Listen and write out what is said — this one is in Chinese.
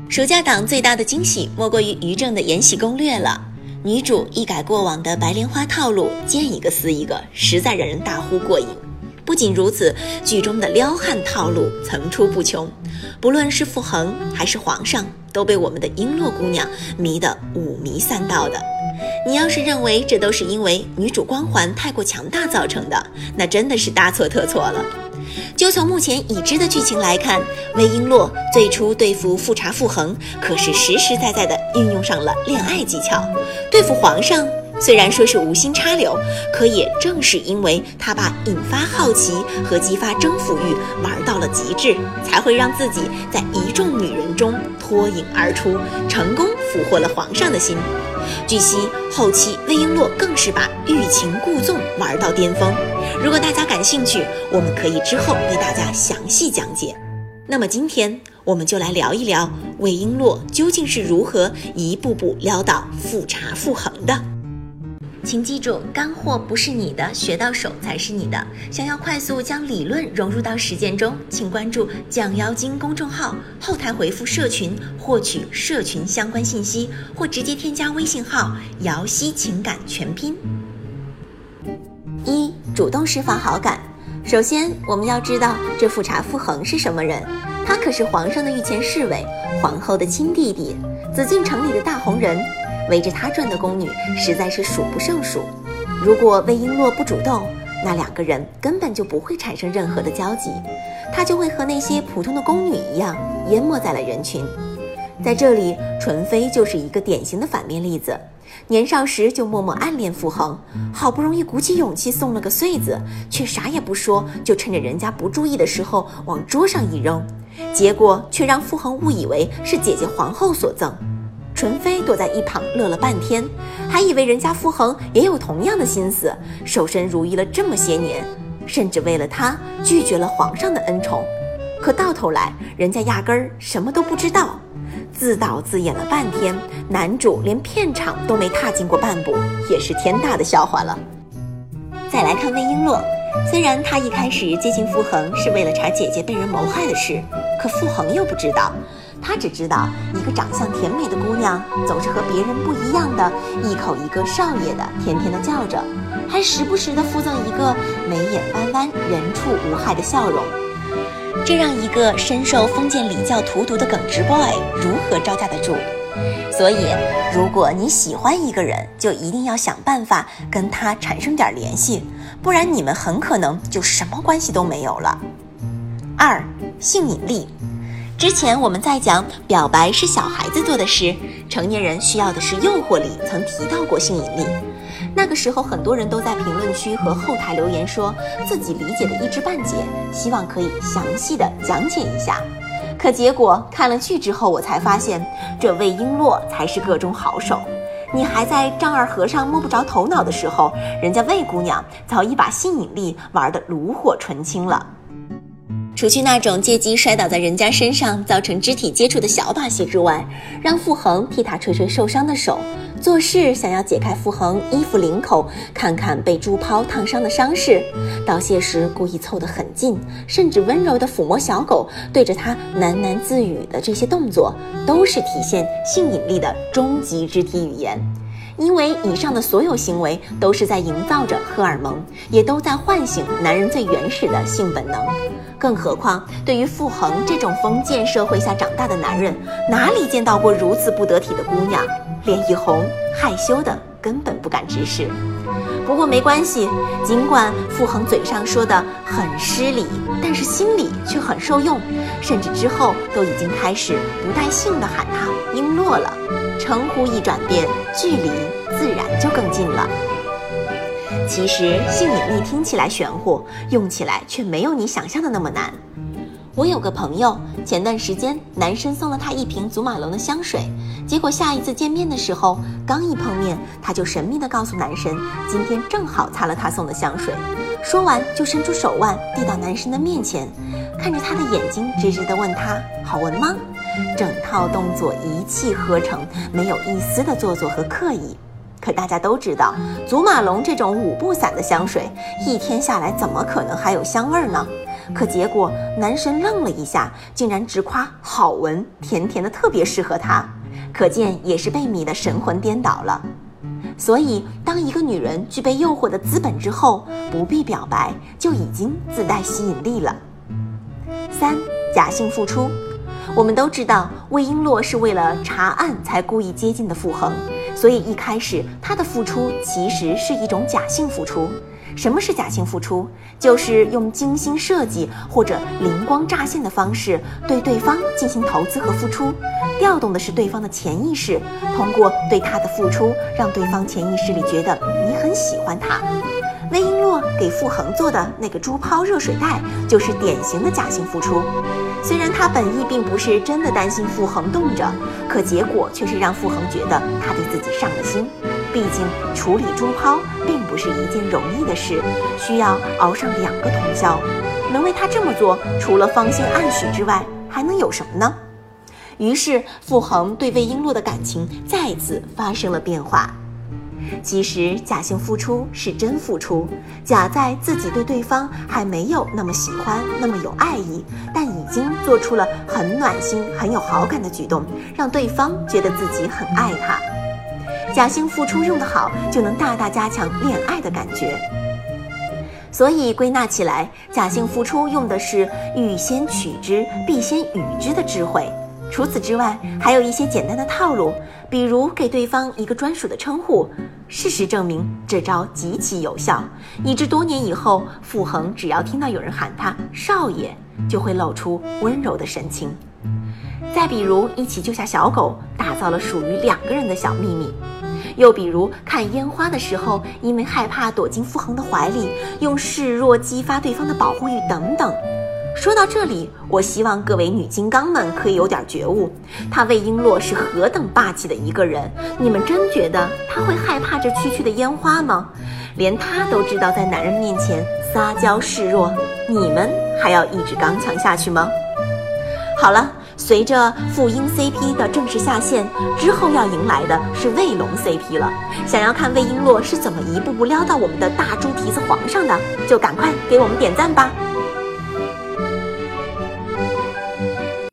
暑假档最大的惊喜莫过于于正的延禧攻略了。女主一改过往的白莲花套路，见一个撕一个，实在让人大呼过瘾。不仅如此，剧中的撩汉套路层出不穷，不论是傅恒还是皇上，都被我们的璎珞姑娘迷得五迷三道的。你要是认为这都是因为女主光环太过强大造成的，那真的是大错特错了。就从目前已知的剧情来看，魏璎珞最初对付富察傅恒，可是实实在在的运用上了恋爱技巧。对付皇上，虽然说是无心插柳，可也正是因为他把引发好奇和激发征服欲玩到了极致，才会让自己在一众女人中脱颖而出，成功俘获了皇上的心。据悉，后期魏璎珞更是把欲擒故纵玩到巅峰。如果大家感兴趣，我们可以之后为大家详细讲解。那么今天我们就来聊一聊魏璎珞究竟是如何一步步撩到富察傅恒的。请记住，干货不是你的，学到手才是你的。想要快速将理论融入到实践中，请关注酱妖精公众号，后台回复社群获取社群相关信息，或直接添加微信号瑶溪情感全拼。一、主动释放好感。首先我们要知道这富察傅恒是什么人，他可是皇上的御前侍卫，皇后的亲弟弟，紫禁城里的大红人，围着他转的宫女实在是数不胜数。如果魏璎珞不主动，那两个人根本就不会产生任何的交集，他就会和那些普通的宫女一样淹没在了人群。在这里，纯妃就是一个典型的反面例子。年少时就默默暗恋傅恒，好不容易鼓起勇气送了个穗子，却啥也不说，就趁着人家不注意的时候往桌上一扔，结果却让傅恒误以为是姐姐皇后所赠。纯妃躲在一旁乐了半天，还以为人家傅恒也有同样的心思，守身如玉了这么些年，甚至为了他拒绝了皇上的恩宠。可到头来人家压根儿什么都不知道，自导自演了半天，男主连片场都没踏进过半步，也是天大的笑话了。再来看魏璎珞，虽然她一开始接近傅恒是为了查姐姐被人谋害的事，可傅恒又不知道，他只知道一个长相甜美的姑娘总是和别人不一样的，一口一个少爷的甜甜的叫着，还时不时的附赠一个眉眼弯弯人畜无害的笑容。这让一个深受封建礼教荼毒的耿直 boy 如何招架得住？所以如果你喜欢一个人，就一定要想办法跟他产生点联系，不然你们很可能就什么关系都没有了。二、性引力。之前我们在讲表白是小孩子做的事，成年人需要的是诱惑力，曾提到过性引力。那个时候很多人都在评论区和后台留言说自己理解的一知半解，希望可以详细的讲解一下。可结果看了剧之后，我才发现这魏璎珞才是个中好手。你还在丈二和尚摸不着头脑的时候，人家魏姑娘早已把性引力玩得炉火纯青了。除去那种借机摔倒在人家身上造成肢体接触的小把戏之外，让傅恒替他捶捶受伤的手，做事想要解开傅恒衣服领口看看被猪抛烫伤的伤势，道谢时故意凑得很近，甚至温柔地抚摸小狗，对着他喃喃自语的这些动作，都是体现性引力的终极肢体语言。因为以上的所有行为都是在营造着荷尔蒙，也都在唤醒男人最原始的性本能。更何况对于傅恒这种封建社会下长大的男人，哪里见到过如此不得体的姑娘，脸一红，害羞的根本不敢直视。不过没关系，尽管傅恒嘴上说的很失礼，但是心里却很受用，甚至之后都已经开始不带姓的喊他璎珞了，称呼一转变，距离自然就更近了。其实性引力听起来玄乎，用起来却没有你想象的那么难。我有个朋友，前段时间男生送了他一瓶祖马龙的香水，结果下一次见面的时候，刚一碰面，他就神秘地告诉男生今天正好擦了他送的香水，说完就伸出手腕递到男生的面前，看着他的眼睛直直地问他好闻吗？整套动作一气呵成，没有一丝的做作和刻意。可大家都知道，祖马龙这种5步散的香水，一天下来怎么可能还有香味呢？ 可结果男神愣了一下，竟然直夸好闻，甜甜的特别适合他，可见也是被迷得神魂颠倒了。所以当一个女人具备诱惑的资本之后，不必表白就已经自带吸引力了。3. 假性付出。我们都知道魏璎珞是为了查案才故意接近的傅恒，所以一开始她的付出其实是一种假性付出。什么是假性付出？就是用精心设计或者灵光乍现的方式对对方进行投资和付出，调动的是对方的潜意识，通过对他的付出让对方潜意识里觉得你很喜欢他。魏璎珞给傅恒做的那个猪泡热水袋就是典型的假性付出。虽然他本意并不是真的担心傅恒冻着，可结果却是让傅恒觉得他对自己上了心。毕竟处理猪泡并不是一件容易的事，需要熬上2个通宵。能为他这么做，除了芳心暗许之外，还能有什么呢？于是傅恒对魏璎珞的感情再次发生了变化。其实假性付出是真付出，假在自己对对方还没有那么喜欢，那么有爱意，但已经做出了很暖心很有好感的举动，让对方觉得自己很爱他。假性付出用得好，就能大大加强恋爱的感觉。所以归纳起来，假性付出用的是欲先取之必先予之的智慧。除此之外，还有一些简单的套路，比如给对方一个专属的称呼。事实证明，这招极其有效，以致多年以后，傅恒只要听到有人喊他少爷，就会露出温柔的神情。再比如，一起救下小狗，打造了属于2个人的小秘密。又比如看烟花的时候，因为害怕躲进傅恒的怀里，用示弱激发对方的保护欲等等。说到这里，我希望各位女金刚们可以有点觉悟，她魏璎珞是何等霸气的一个人，你们真觉得她会害怕这区区的烟花吗？连她都知道在男人面前撒娇示弱，你们还要一直刚强下去吗？好了，随着傅婴 CP 的正式下线，之后要迎来的是魏龙 CP 了。想要看魏璎珞是怎么一步步撩到我们的大猪蹄子皇上的，就赶快给我们点赞吧。